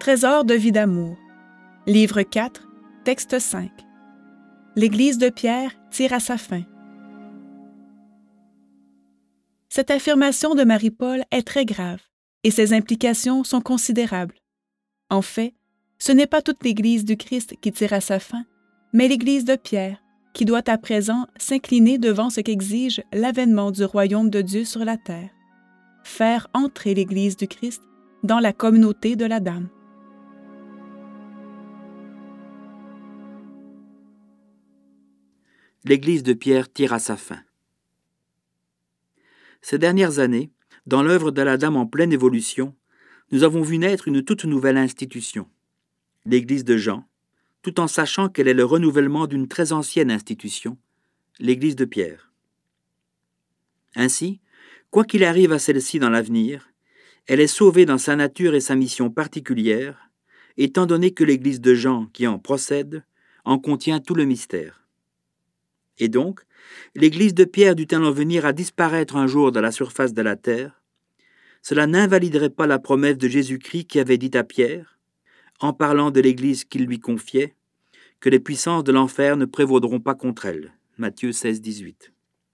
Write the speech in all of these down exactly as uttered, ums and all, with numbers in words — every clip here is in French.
Trésor de vie d'amour. Livre quatre, texte cinq. L'Église de Pierre tire à sa fin. Cette affirmation de Marie-Paul est très grave et ses implications sont considérables. En fait, ce n'est pas toute l'Église du Christ qui tire à sa fin, mais l'Église de Pierre, qui doit à présent s'incliner devant ce qu'exige l'avènement du royaume de Dieu sur la terre, faire entrer l'Église du Christ dans la communauté de la Dame. L'Église de Pierre tire à sa fin. Ces dernières années, dans l'œuvre de la Dame en pleine évolution, nous avons vu naître une toute nouvelle institution, l'Église de Jean, tout en sachant qu'elle est le renouvellement d'une très ancienne institution, l'Église de Pierre. Ainsi, quoi qu'il arrive à celle-ci dans l'avenir, elle est sauvée dans sa nature et sa mission particulière, étant donné que l'Église de Jean, qui en procède, en contient tout le mystère. Et donc, l'Église de Pierre dut-elle en venir à disparaître un jour de la surface de la terre, cela n'invaliderait pas la promesse de Jésus-Christ qui avait dit à Pierre, en parlant de l'Église qu'il lui confiait, que les puissances de l'enfer ne prévaudront pas contre elle. Matthieu seize, dix-huit.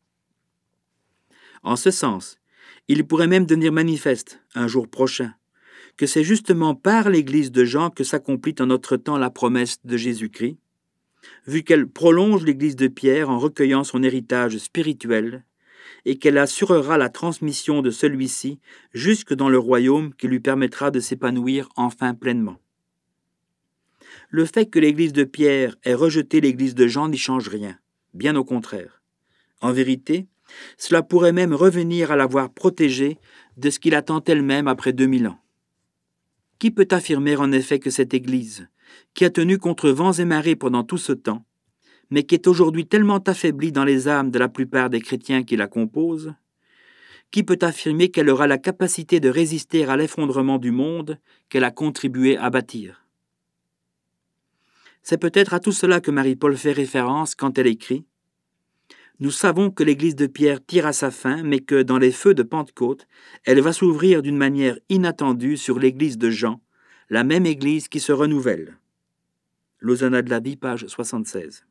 En ce sens, il pourrait même devenir manifeste, un jour prochain, que c'est justement par l'Église de Jean que s'accomplit en notre temps la promesse de Jésus-Christ, vu qu'elle prolonge l'Église de Pierre en recueillant son héritage spirituel et qu'elle assurera la transmission de celui-ci jusque dans le royaume qui lui permettra de s'épanouir enfin pleinement. Le fait que l'Église de Pierre ait rejeté l'Église de Jean n'y change rien, bien au contraire. En vérité, cela pourrait même revenir à l'avoir protégée de ce qui l'attend elle-même après deux mille ans. Qui peut affirmer en effet que cette Église, qui a tenu contre vents et marées pendant tout ce temps, mais qui est aujourd'hui tellement affaiblie dans les âmes de la plupart des chrétiens qui la composent, qui peut affirmer qu'elle aura la capacité de résister à l'effondrement du monde qu'elle a contribué à bâtir? C'est peut-être à tout cela que Marie-Paul fait référence quand elle écrit « Nous savons que l'Église de Pierre tire à sa fin, mais que, dans les feux de Pentecôte, elle va s'ouvrir d'une manière inattendue sur l'Église de Jean, la même Église qui se renouvelle. » Lausanne de la Vie, page soixante-seize.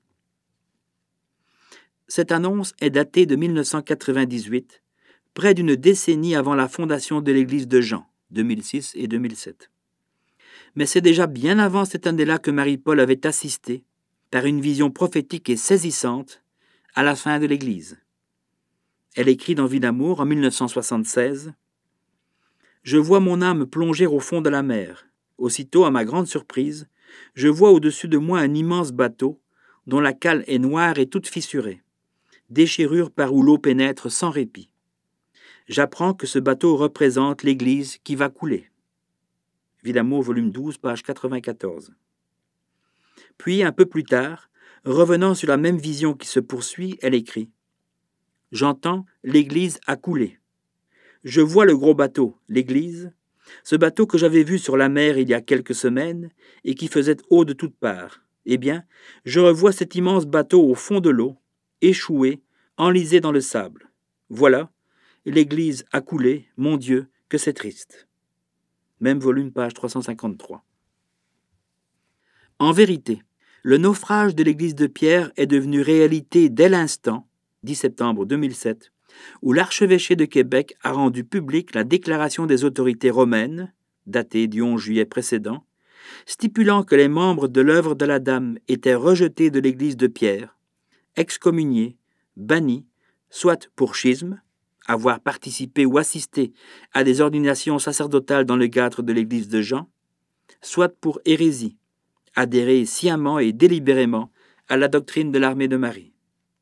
Cette annonce est datée de mille neuf cent quatre-vingt-dix-huit, près d'une décennie avant la fondation de l'Église de Jean, deux mille six et deux mille sept. Mais c'est déjà bien avant cette année-là que Marie-Paul avait assisté, par une vision prophétique et saisissante, à la fin de l'Église. Elle écrit dans Vie d'amour en mille neuf cent soixante-seize « Je vois mon âme plonger au fond de la mer. Aussitôt, à ma grande surprise, je vois au-dessus de moi un immense bateau, dont la cale est noire et toute fissurée, déchirure par où l'eau pénètre sans répit. J'apprends que ce bateau représente l'Église qui va couler. » Vie d'amour, volume douze, page quatre-vingt-quatorze. Puis, un peu plus tard, revenant sur la même vision qui se poursuit, elle écrit « J'entends, l'Église a coulé. Je vois le gros bateau, l'Église, ce bateau que j'avais vu sur la mer il y a quelques semaines et qui faisait eau de toutes parts. Eh bien, je revois cet immense bateau au fond de l'eau, échoué, enlisé dans le sable. Voilà, l'Église a coulé, mon Dieu, que c'est triste. » Même volume, page trois cent cinquante-trois. En vérité, le naufrage de l'Église de Pierre est devenu réalité dès l'instant, dix septembre deux mille sept, où l'archevêché de Québec a rendu publique la déclaration des autorités romaines, datée du onze juillet précédent, stipulant que les membres de l'œuvre de la Dame étaient rejetés de l'Église de Pierre, excommuniés, bannis, soit pour schisme, avoir participé ou assisté à des ordinations sacerdotales dans le cadre de l'Église de Jean, soit pour hérésie, adhérer sciemment et délibérément à la doctrine de l'armée de Marie.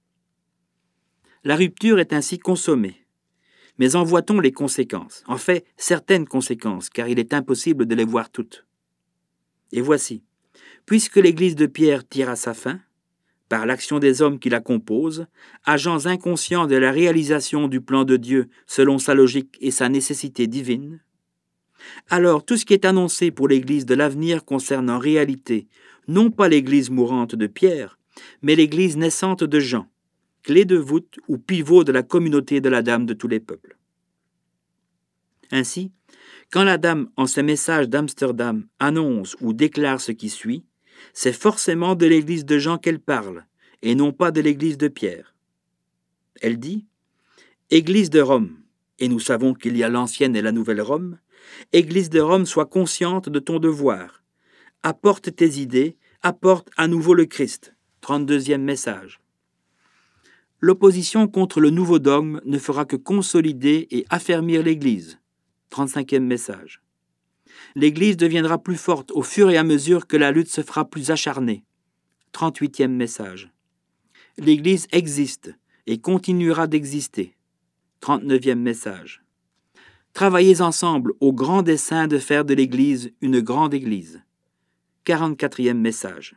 La rupture est ainsi consommée. Mais en voit-on les conséquences? En fait, certaines conséquences, car il est impossible de les voir toutes. Et voici, puisque l'Église de Pierre tire à sa fin, par l'action des hommes qui la composent, agents inconscients de la réalisation du plan de Dieu selon sa logique et sa nécessité divine, alors tout ce qui est annoncé pour l'Église de l'avenir concerne en réalité non pas l'Église mourante de Pierre, mais l'Église naissante de Jean, clé de voûte ou pivot de la communauté de la Dame de tous les peuples. Ainsi, Quand la dame, en ses messages d'Amsterdam, annonce ou déclare ce qui suit, c'est forcément de l'église de Jean qu'elle parle, et non pas de l'église de Pierre. Elle dit « Église de Rome », et nous savons qu'il y a l'ancienne et la nouvelle Rome, « Église de Rome, sois consciente de ton devoir. Apporte tes idées, apporte à nouveau le Christ. » trente-deuxième message. L'opposition contre le nouveau dogme ne fera que consolider et affermir l'Église. trente-cinquième message. L'Église deviendra plus forte au fur et à mesure que la lutte se fera plus acharnée. trente-huitième message. L'Église existe et continuera d'exister. trente-neuvième message. Travaillez ensemble au grand dessein de faire de l'Église une grande Église. quarante-quatrième message.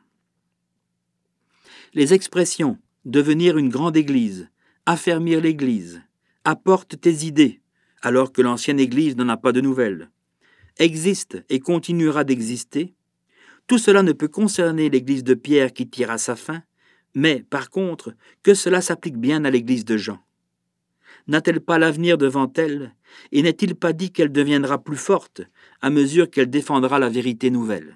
Les expressions « devenir une grande Église »,« affermir l'Église »,« apporte tes idées », alors que l'ancienne Église n'en a pas de nouvelles, existe et continuera d'exister, tout cela ne peut concerner l'Église de Pierre qui tire à sa fin, mais, par contre, que cela s'applique bien à l'Église de Jean. N'a-t-elle pas l'avenir devant elle, et n'est-il pas dit qu'elle deviendra plus forte à mesure qu'elle défendra la vérité nouvelle?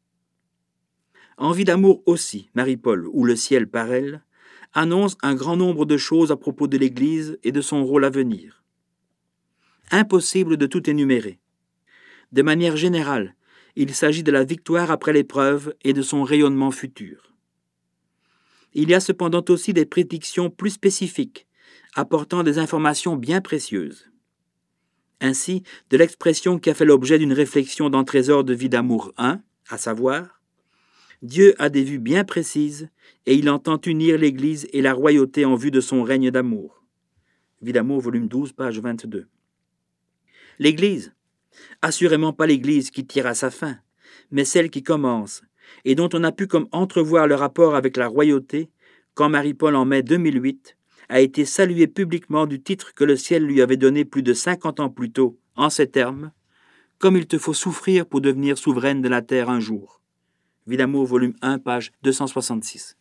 En Vie d'amour aussi, Marie-Paul, ou Le ciel par elle, annonce un grand nombre de choses à propos de l'Église et de son rôle à venir. Impossible de tout énumérer. De manière générale, il s'agit de la victoire après l'épreuve et de son rayonnement futur. Il y a cependant aussi des prédictions plus spécifiques, apportant des informations bien précieuses. Ainsi, de l'expression qui a fait l'objet d'une réflexion dans Trésor de Vie d'amour un, à savoir « Dieu a des vues bien précises et il entend unir l'Église et la royauté en vue de son règne d'amour. » Vie d'amour, volume douze, page vingt-deux. L'Église, assurément pas l'Église qui tire à sa fin, mais celle qui commence, et dont on a pu comme entrevoir le rapport avec la royauté, quand Marie-Paul en mai deux mille huit a été saluée publiquement du titre que le ciel lui avait donné plus de cinquante ans plus tôt, en ces termes « Comme il te faut souffrir pour devenir souveraine de la terre un jour ». Vie d'amour, volume un, page deux cent soixante-six.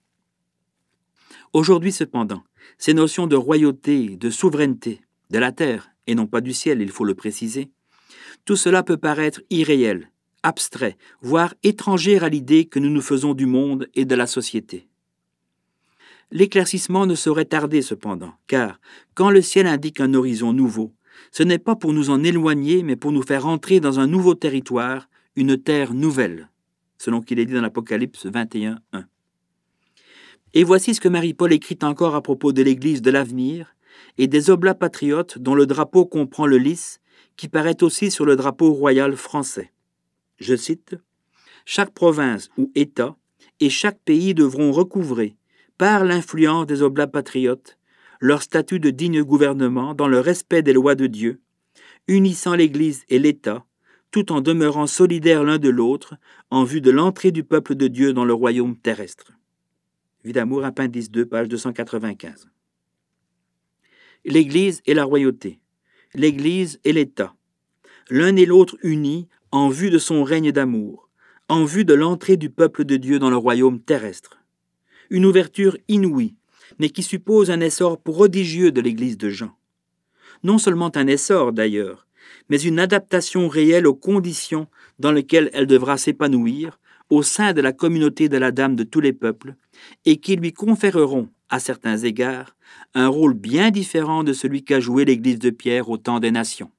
Aujourd'hui cependant, ces notions de royauté, de souveraineté, de la terre, et non pas du ciel, il faut le préciser, tout cela peut paraître irréel, abstrait, voire étranger à l'idée que nous nous faisons du monde et de la société. L'éclaircissement ne saurait tarder cependant, car quand le ciel indique un horizon nouveau, ce n'est pas pour nous en éloigner, mais pour nous faire entrer dans un nouveau territoire, une terre nouvelle, selon qu'il est dit dans l'Apocalypse vingt et un, un. Et voici ce que Marie-Paul écrit encore à propos de l'Église de l'avenir et des Oblats patriotes dont le drapeau comprend le lys, qui paraît aussi sur le drapeau royal français. Je cite « Chaque province ou État et chaque pays devront recouvrer, par l'influence des Oblats patriotes, leur statut de digne gouvernement dans le respect des lois de Dieu, unissant l'Église et l'État, tout en demeurant solidaires l'un de l'autre en vue de l'entrée du peuple de Dieu dans le royaume terrestre. » Vie d'amour, appendice deux, page deux cent quatre-vingt-quinze. L'Église et la royauté, l'Église et l'État, l'un et l'autre unis en vue de son règne d'amour, en vue de l'entrée du peuple de Dieu dans le royaume terrestre. Une ouverture inouïe, mais qui suppose un essor prodigieux de l'Église de Jean. Non seulement un essor d'ailleurs, mais une adaptation réelle aux conditions dans lesquelles elle devra s'épanouir au sein de la communauté de la Dame de tous les peuples et qui lui conféreront, à certains égards, un rôle bien différent de celui qu'a joué l'Église de Pierre au temps des nations.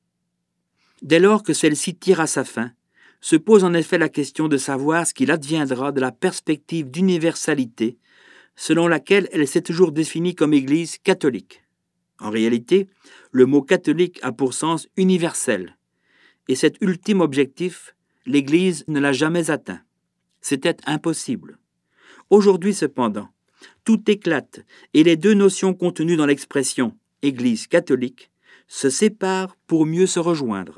Dès lors que celle-ci tire à sa fin, se pose en effet la question de savoir ce qu'il adviendra de la perspective d'universalité selon laquelle elle s'est toujours définie comme Église catholique. En réalité, le mot catholique a pour sens universel, et cet ultime objectif, l'Église ne l'a jamais atteint. C'était impossible. Aujourd'hui cependant, tout éclate et les deux notions contenues dans l'expression « Église catholique » se séparent pour mieux se rejoindre.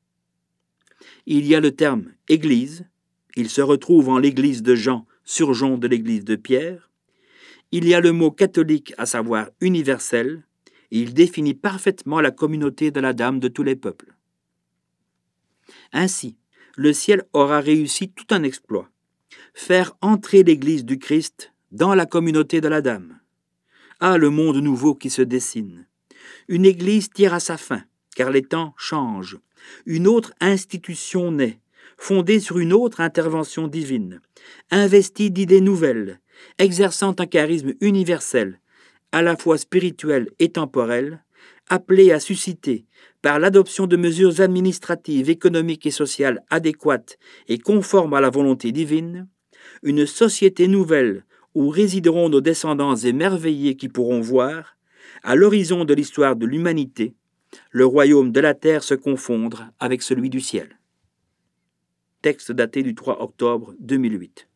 Il y a le terme « Église », il se retrouve en l'Église de Jean, surgeon de l'Église de Pierre. Il y a le mot « catholique », à savoir « universel », et il définit parfaitement la communauté de la Dame de tous les peuples. Ainsi, le ciel aura réussi tout un exploit, faire entrer l'Église du Christ dans la communauté de la Dame. Ah, le monde nouveau qui se dessine! Une Église tire à sa fin, car les temps changent, une autre institution naît, fondée sur une autre intervention divine, investie d'idées nouvelles, exerçant un charisme universel, à la fois spirituel et temporel, appelé à susciter, par l'adoption de mesures administratives, économiques et sociales adéquates et conformes à la volonté divine, une société nouvelle où résideront nos descendants émerveillés qui pourront voir, à l'horizon de l'histoire de l'humanité, le royaume de la terre se confondre avec celui du ciel. Texte daté du trois octobre deux mille huit.